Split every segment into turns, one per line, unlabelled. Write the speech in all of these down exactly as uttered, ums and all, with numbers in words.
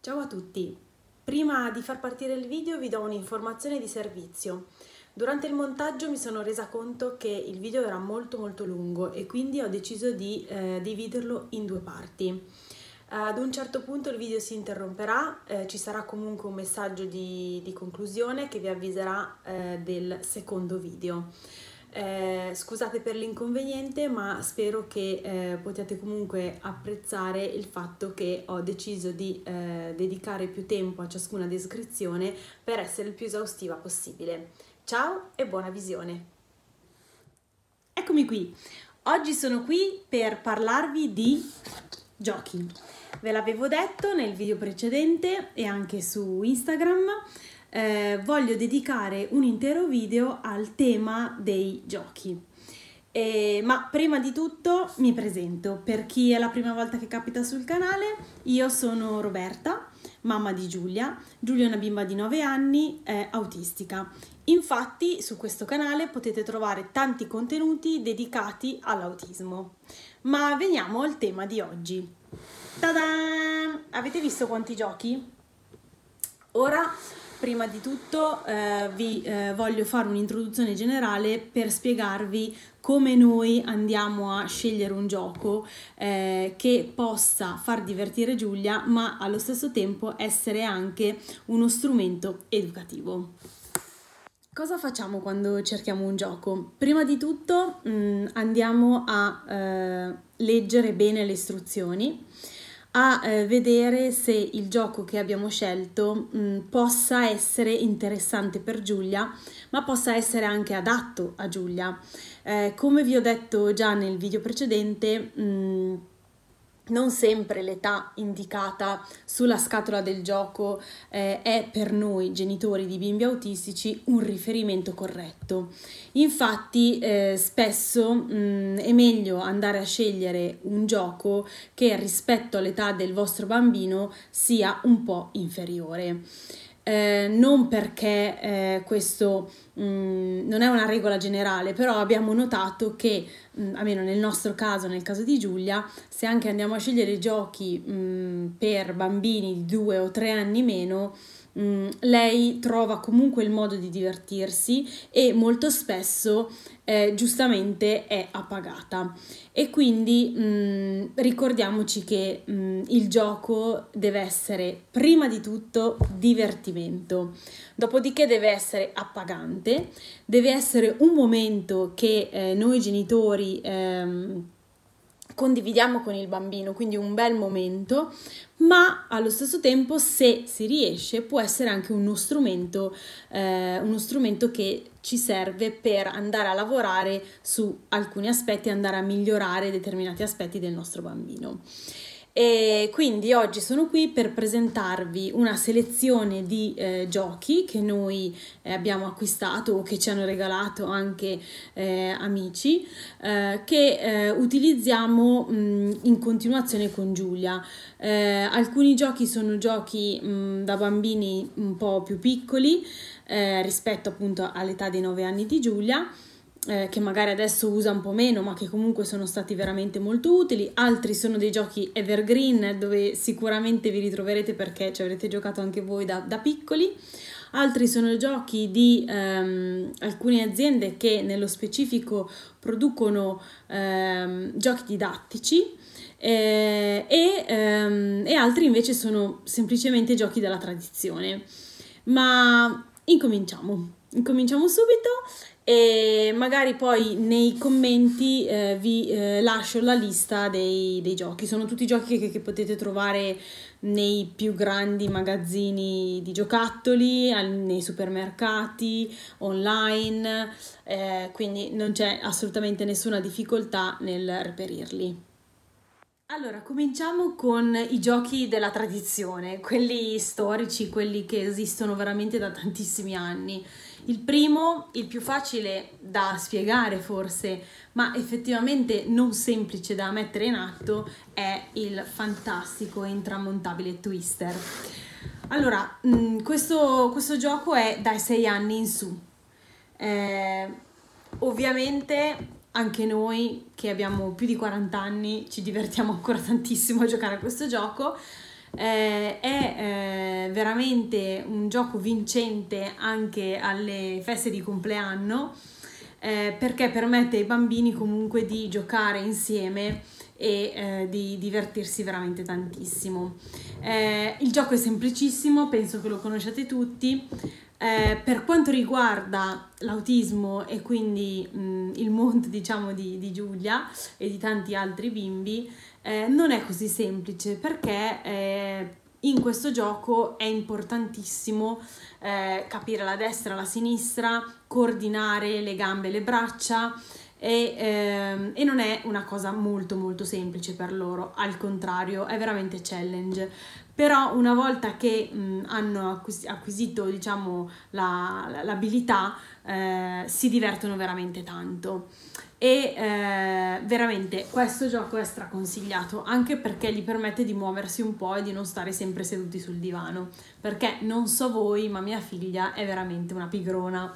Ciao a tutti! Prima di far partire il video vi do un'informazione di servizio. Durante il montaggio mi sono resa conto che il video era molto molto lungo e quindi ho deciso di eh, dividerlo in due parti. Ad un certo punto il video si interromperà, eh, ci sarà comunque un messaggio di, di conclusione che vi avviserà eh, del secondo video. Eh, scusate per l'inconveniente, ma spero che eh, potete comunque apprezzare il fatto che ho deciso di eh, dedicare più tempo a ciascuna descrizione per essere il più esaustiva possibile. Ciao e buona visione! Eccomi qui! Oggi sono qui per parlarvi di giochi. Ve l'avevo detto nel video precedente e anche su Instagram. Eh, voglio dedicare un intero video al tema dei giochi. Eh, ma prima di tutto mi presento. Per chi è la prima volta che capita sul canale, io sono Roberta, mamma di Giulia. Giulia è una bimba di nove anni, è autistica. Infatti su questo canale potete trovare tanti contenuti dedicati all'autismo. Ma veniamo al tema di oggi. Ta-da! Avete visto quanti giochi? Ora, prima di tutto, eh, vi eh, voglio fare un'introduzione generale per spiegarvi come noi andiamo a scegliere un gioco eh, che possa far divertire Giulia, ma allo stesso tempo essere anche uno strumento educativo. Cosa facciamo quando cerchiamo un gioco? Prima di tutto mh, andiamo a eh, leggere bene le istruzioni, a eh, vedere se il gioco che abbiamo scelto mh, possa essere interessante per Giulia, ma possa essere anche adatto a Giulia. Eh, come vi ho detto già nel video precedente, mh, non sempre l'età indicata sulla scatola del gioco eh, è per noi genitori di bimbi autistici un riferimento corretto. Infatti eh, spesso mh, è meglio andare a scegliere un gioco che rispetto all'età del vostro bambino sia un po' inferiore. Eh, non perché eh, questo mh, non è una regola generale, però abbiamo notato che, mh, almeno nel nostro caso, nel caso di Giulia, se anche andiamo a scegliere giochi mh, per bambini di due o tre anni meno, mh, lei trova comunque il modo di divertirsi e molto spesso eh, giustamente è appagata. E quindi mh, ricordiamoci che mh, il gioco deve essere prima di tutto divertimento, dopodiché deve essere appagante, deve essere un momento che eh, noi genitori ehm, condividiamo con il bambino, quindi un bel momento, ma allo stesso tempo, se si riesce, può essere anche uno strumento, eh, uno strumento che ci serve per andare a lavorare su alcuni aspetti, andare a migliorare determinati aspetti del nostro bambino. E quindi oggi sono qui per presentarvi una selezione di eh, giochi che noi eh, abbiamo acquistato o che ci hanno regalato anche eh, amici eh, che eh, utilizziamo mh, in continuazione con Giulia. Eh, alcuni giochi sono giochi mh, da bambini un po' più piccoli eh, rispetto appunto all'età dei nove anni di Giulia, Eh, che magari adesso usa un po' meno, ma che comunque sono stati veramente molto utili. Altri sono dei giochi evergreen dove sicuramente vi ritroverete perché ci avrete giocato anche voi da, da piccoli. Altri sono giochi di ehm, alcune aziende che nello specifico producono ehm, giochi didattici eh, e, ehm, e altri invece sono semplicemente giochi della tradizione. Ma incominciamo, incominciamo subito. E magari poi nei commenti eh, vi eh, lascio la lista dei, dei giochi. Sono tutti giochi che, che potete trovare nei più grandi magazzini di giocattoli, al, nei supermercati, online, eh, quindi non c'è assolutamente nessuna difficoltà nel reperirli. Allora, cominciamo con i giochi della tradizione, quelli storici, quelli che esistono veramente da tantissimi anni. Il primo, il più facile da spiegare forse, ma effettivamente non semplice da mettere in atto, è il fantastico e intramontabile Twister. Allora, mh, questo, questo gioco è dai sei anni in su. Eh, ovviamente anche noi che abbiamo più di quaranta anni ci divertiamo ancora tantissimo a giocare a questo gioco. Eh, è eh, veramente un gioco vincente anche alle feste di compleanno, eh, perché permette ai bambini comunque di giocare insieme e eh, di divertirsi veramente tantissimo. Eh, il gioco è semplicissimo, penso che lo conosciate tutti. Eh, per quanto riguarda l'autismo e quindi mh, il mondo, diciamo, di, di Giulia e di tanti altri bimbi, eh, non è così semplice, perché eh, in questo gioco è importantissimo eh, capire la destra, la sinistra, coordinare le gambe e le braccia, e, ehm, e non è una cosa molto molto semplice per loro, al contrario, è veramente challenge. Però una volta che mh, hanno acquis- acquisito, diciamo, la, l'abilità, eh, si divertono veramente tanto. E eh, veramente questo gioco è straconsigliato, anche perché gli permette di muoversi un po' e di non stare sempre seduti sul divano, perché non so voi, ma mia figlia è veramente una pigrona.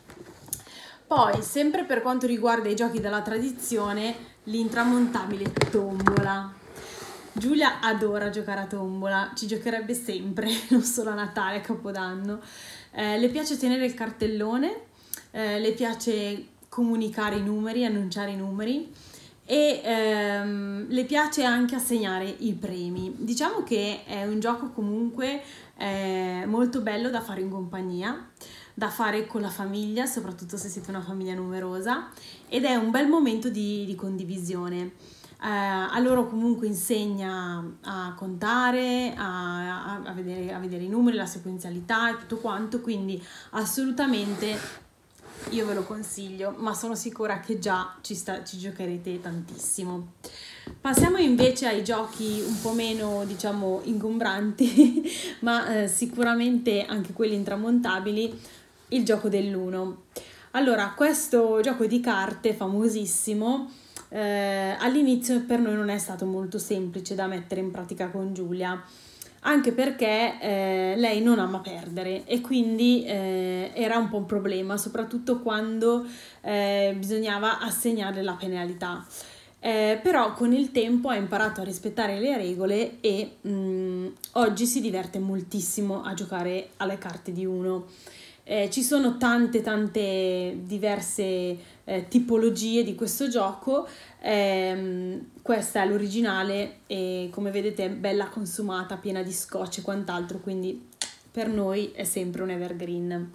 Poi, sempre per quanto riguarda i giochi della tradizione, l'intramontabile tombola. Giulia adora giocare a tombola, ci giocherebbe sempre, non solo a Natale, a Capodanno. Eh, le piace tenere il cartellone, eh, le piace comunicare i numeri, annunciare i numeri, e ehm, le piace anche assegnare i premi. Diciamo che è un gioco comunque eh, molto bello da fare in compagnia, da fare con la famiglia, soprattutto se siete una famiglia numerosa, ed è un bel momento di, di condivisione. Eh, a loro comunque insegna a contare, a, a, a, vedere, a vedere i numeri, la sequenzialità e tutto quanto, quindi assolutamente io ve lo consiglio, ma sono sicura che già ci, sta, ci giocherete tantissimo. Passiamo invece ai giochi un po' meno, diciamo, ingombranti, ma eh, sicuramente anche quelli intramontabili, il gioco dell'uno. Allora, questo gioco di carte famosissimo, eh, all'inizio per noi non è stato molto semplice da mettere in pratica con Giulia, anche perché eh, lei non ama perdere e quindi eh, era un po' un problema, soprattutto quando eh, bisognava assegnare la penalità. Eh, però con il tempo ha imparato a rispettare le regole e mh, oggi si diverte moltissimo a giocare alle carte di uno. Eh, ci sono tante tante diverse eh, tipologie di questo gioco. Ehm, questa è l'originale e come vedete è bella consumata, piena di scotch e quant'altro, quindi per noi è sempre un evergreen.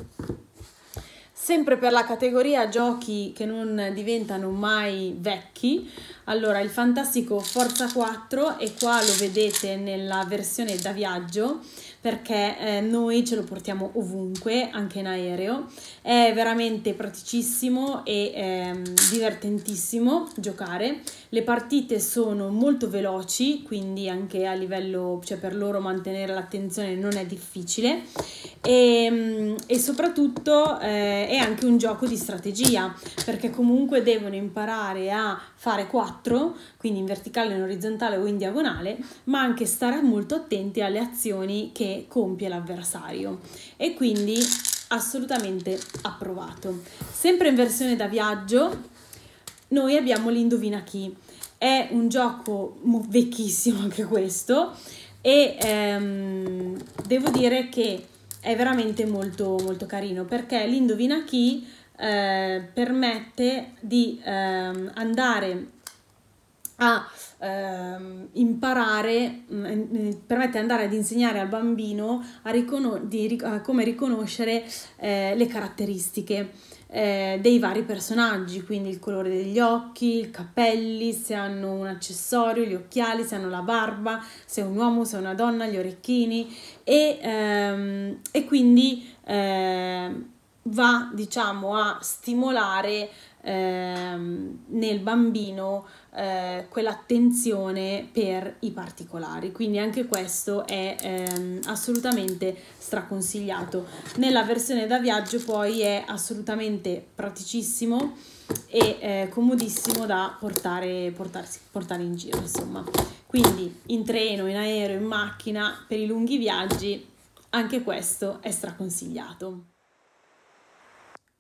Sempre per la categoria giochi che non diventano mai vecchi, allora il fantastico Forza quattro, e qua lo vedete nella versione da viaggio, perché eh, noi ce lo portiamo ovunque, anche in aereo. È veramente praticissimo e ehm, divertentissimo giocare. Le partite sono molto veloci, quindi anche a livello, cioè per loro mantenere l'attenzione non è difficile, e, e soprattutto eh, è anche un gioco di strategia, perché comunque devono imparare a fare quattro, quindi in verticale, in orizzontale o in diagonale, ma anche stare molto attenti alle azioni che compie l'avversario, e quindi assolutamente approvato. Sempre in versione da viaggio noi abbiamo l'Indovina Chi. È un gioco vecchissimo anche questo, e ehm, devo dire che è veramente molto molto carino, perché l'Indovina Chi eh, permette di ehm, andare a ehm, imparare, mh, permette di andare ad insegnare al bambino a, riconos- di, a come riconoscere eh, le caratteristiche eh, dei vari personaggi, quindi il colore degli occhi, i capelli, se hanno un accessorio, gli occhiali, se hanno la barba, se è un uomo, se è una donna, gli orecchini, e, ehm, e quindi eh, va, diciamo, a stimolare ehm, nel bambino eh, quell'attenzione per i particolari, quindi anche questo è ehm, assolutamente straconsigliato. Nella versione da viaggio poi è assolutamente praticissimo e eh, comodissimo da portare, portarsi, portare in giro, insomma. Quindi in treno, in aereo, in macchina, per i lunghi viaggi, anche questo è straconsigliato.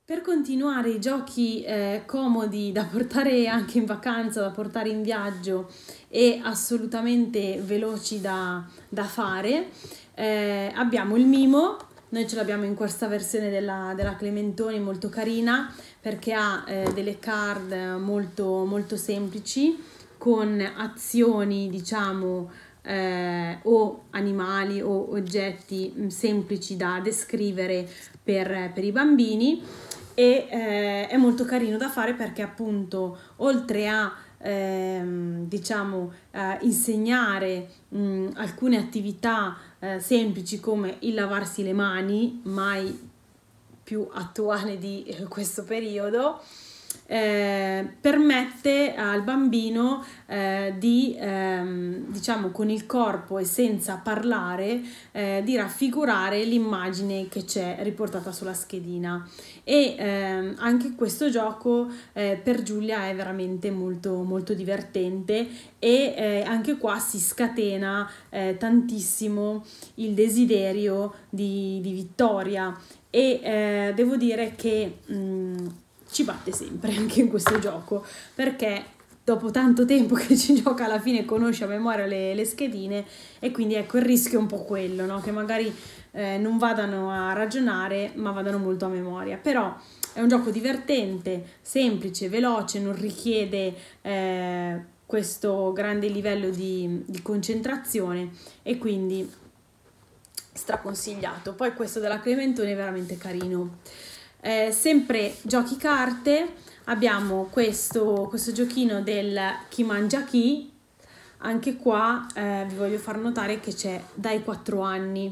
Per continuare i giochi eh, comodi da portare anche in vacanza, da portare in viaggio e assolutamente veloci da, da fare, eh, abbiamo il Mimo. Noi ce l'abbiamo in questa versione della, della Clementoni, molto carina, perché ha eh, delle card molto, molto semplici, con azioni, diciamo, eh, o animali o oggetti mh, semplici da descrivere per, per i bambini. E eh, è molto carino da fare perché appunto oltre a ehm, diciamo eh, insegnare mh, alcune attività eh, semplici come il lavarsi le mani, mai più attuale di eh, questo periodo, eh, permette al bambino eh, di, ehm, diciamo, con il corpo e senza parlare, eh, di raffigurare l'immagine che c'è riportata sulla schedina. E ehm, anche questo gioco eh, per Giulia è veramente molto, molto divertente, e eh, anche qua si scatena eh, tantissimo il desiderio di, di vittoria. E eh, devo dire che mh, ci batte sempre anche in questo gioco, perché dopo tanto tempo che ci gioca alla fine conosce a memoria le, le schedine, e quindi ecco il rischio è un po' quello, no? Che magari eh, non vadano a ragionare ma vadano molto a memoria. Però è un gioco divertente, semplice, veloce, non richiede eh, questo grande livello di, di concentrazione, e quindi straconsigliato. Poi questo della Clementone è veramente carino. Eh, sempre giochi carte, abbiamo questo, questo giochino del chi mangia chi. Anche qua eh, vi voglio far notare che c'è dai quattro anni.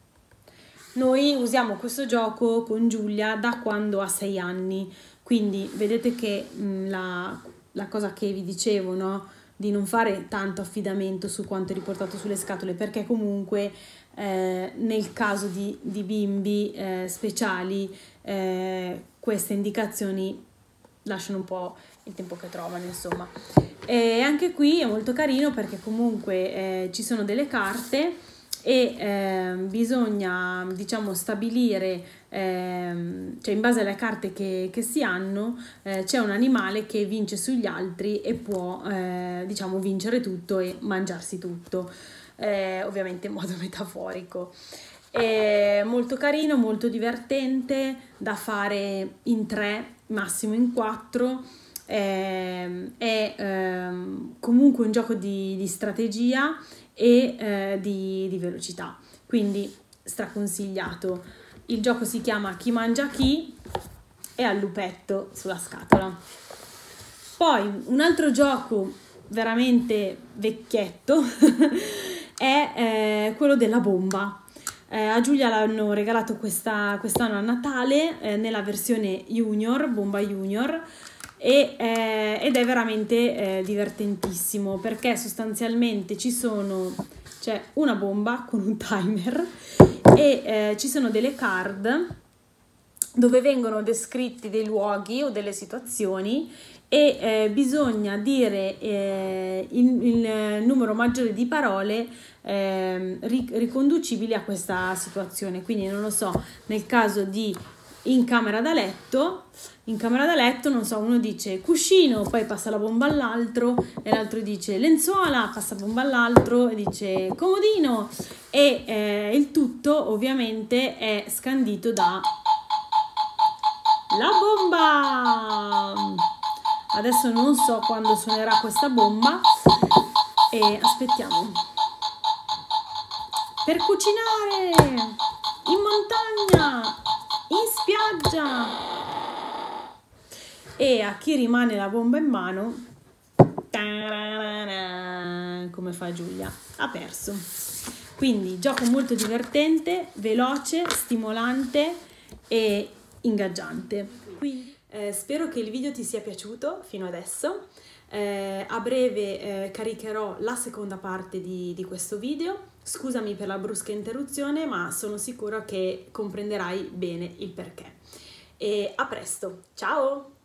Noi usiamo questo gioco con Giulia da quando ha sei anni, quindi vedete che mh, la, la cosa che vi dicevo, no? Di non fare tanto affidamento su quanto è riportato sulle scatole, perché comunque eh, nel caso di, di bimbi eh, speciali eh, queste indicazioni lasciano un po' il tempo che trovano, insomma. E anche qui è molto carino perché comunque eh, ci sono delle carte e eh, bisogna, diciamo, stabilire, eh, cioè in base alle carte che, che si hanno, eh, c'è un animale che vince sugli altri e può, eh, diciamo, vincere tutto e mangiarsi tutto, eh, ovviamente in modo metaforico. È molto carino, molto divertente da fare in tre, massimo in quattro. Eh, è ehm, comunque un gioco di, di strategia e eh, di, di velocità, quindi straconsigliato. Il gioco si chiama Chi mangia chi e ha il lupetto sulla scatola. Poi un altro gioco veramente vecchietto è eh, quello della bomba. Eh, a Giulia l'hanno regalato questa, quest'anno a Natale eh, nella versione Junior, Bomba Junior, e, eh, ed è veramente eh, divertentissimo perché sostanzialmente ci sono, c'è una bomba con un timer e eh, ci sono delle card dove vengono descritti dei luoghi o delle situazioni e eh, bisogna dire eh, il, il numero maggiore di parole eh, riconducibili a questa situazione. Quindi non lo so, nel caso di in camera da letto, in camera da letto, non so, uno dice cuscino, poi passa la bomba all'altro, e l'altro dice lenzuola, passa la bomba all'altro e dice comodino, e eh, il tutto ovviamente è scandito da la bomba. Adesso non so quando suonerà questa bomba e aspettiamo. Per cucinare in montagna, in spiaggia. E a chi rimane la bomba in mano, come fa Giulia, ha perso. Quindi gioco molto divertente, veloce, stimolante e ingaggiante. Quindi eh, spero che il video ti sia piaciuto fino adesso. Eh, a breve eh, caricherò la seconda parte di, di questo video. Scusami per la brusca interruzione, ma sono sicura che comprenderai bene il perché. E a presto, ciao!